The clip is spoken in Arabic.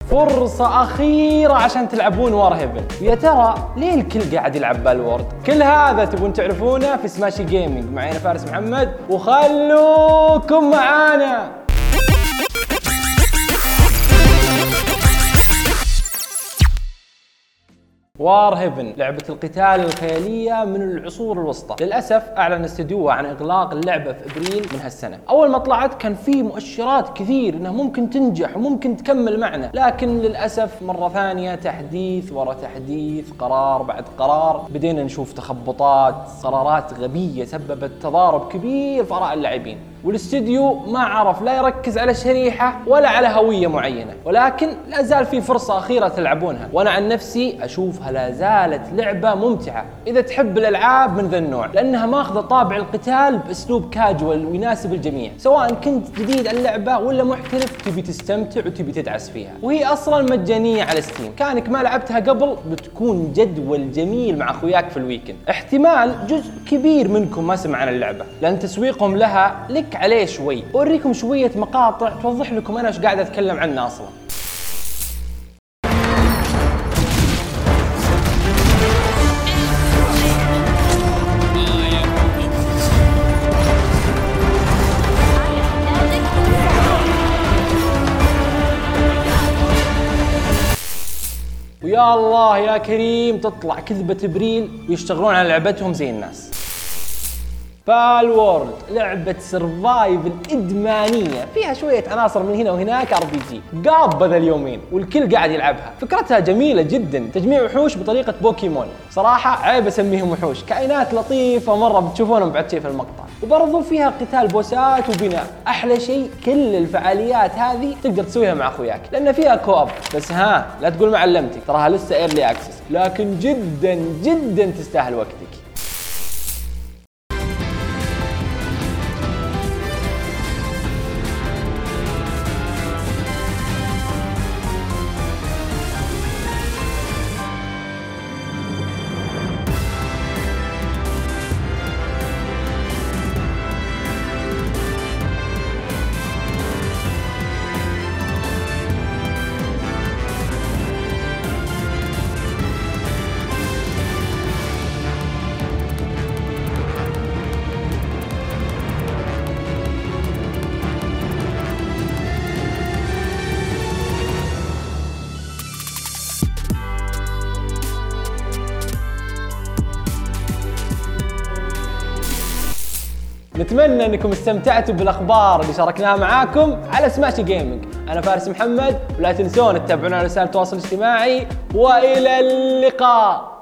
فرصة أخيرة عشان تلعبون وار هيفن. ويا ترى ليه الكل قاعد يلعب بالورد؟ كل هذا تبون تعرفونه في سماشي جيمنج. معي أنا فارس محمد، وخلوكم معانا. وار هيفن لعبة القتال الخيالية من العصور الوسطى. للأسف أعلن استديوها عن إغلاق اللعبة في إبريل من هالسنة. أول ما طلعت كان في مؤشرات كثير إنها ممكن تنجح وممكن تكمل معنا، لكن للأسف مرة ثانية تحديث ورا تحديث، قرار بعد قرار، بدينا نشوف تخبطات، قرارات غبية سببت تضارب كبير في آراء اللاعبين. والاستديو ما عرف لا يركز على شريحة ولا على هوية معينة، ولكن لا زال في فرصة أخيرة تلعبونها. وأنا عن نفسي أشوفها لا زالت لعبة ممتعة إذا تحب الألعاب من ذا النوع، لأنها ماخذة طابع القتال بأسلوب كاجوال ويناسب الجميع، سواء كنت جديد على اللعبة ولا محترف تبي تستمتع وتبي تدعس فيها. وهي أصلا مجانية على ستيم، كانك ما لعبتها قبل بتكون جدول جميل مع أخوياك في الويكند. احتمال جزء كبير منكم ما سمع عن اللعبة لأن تسويقهم لها لك عليه شوي. أوريكم شوية مقاطع توضح لكم أنا ايش قاعد أتكلم عنه أصلا. ويا الله يا كريم تطلع كذبة ابريل ويشتغلون على لعبتهم زي الناس. بالورد لعبة سرفايفل إدمانية فيها شوية عناصر من هنا وهناك RPG، قابة ذا اليومين والكل قاعد يلعبها. فكرتها جميلة جدا، تجميع وحوش بطريقة بوكيمون. صراحة عيب أسميهم وحوش، كائنات لطيفة مرة بتشوفونهم بعد شيء في المقطع. وبرضو فيها قتال بوسات وبناء. أحلى شيء كل الفعاليات هذه تقدر تسويها مع أخوياك لأن فيها كوب. بس لا تقول ما علمتك، تراها لسه ايرلي اكسس، لكن جدا جدا تستاهل وقتك. نتمنى انكم استمتعتوا بالاخبار اللي شاركناها معاكم على سماشي جيمنج. انا فارس محمد، ولا تنسون تتابعونا على وسائل التواصل الاجتماعي، والى اللقاء.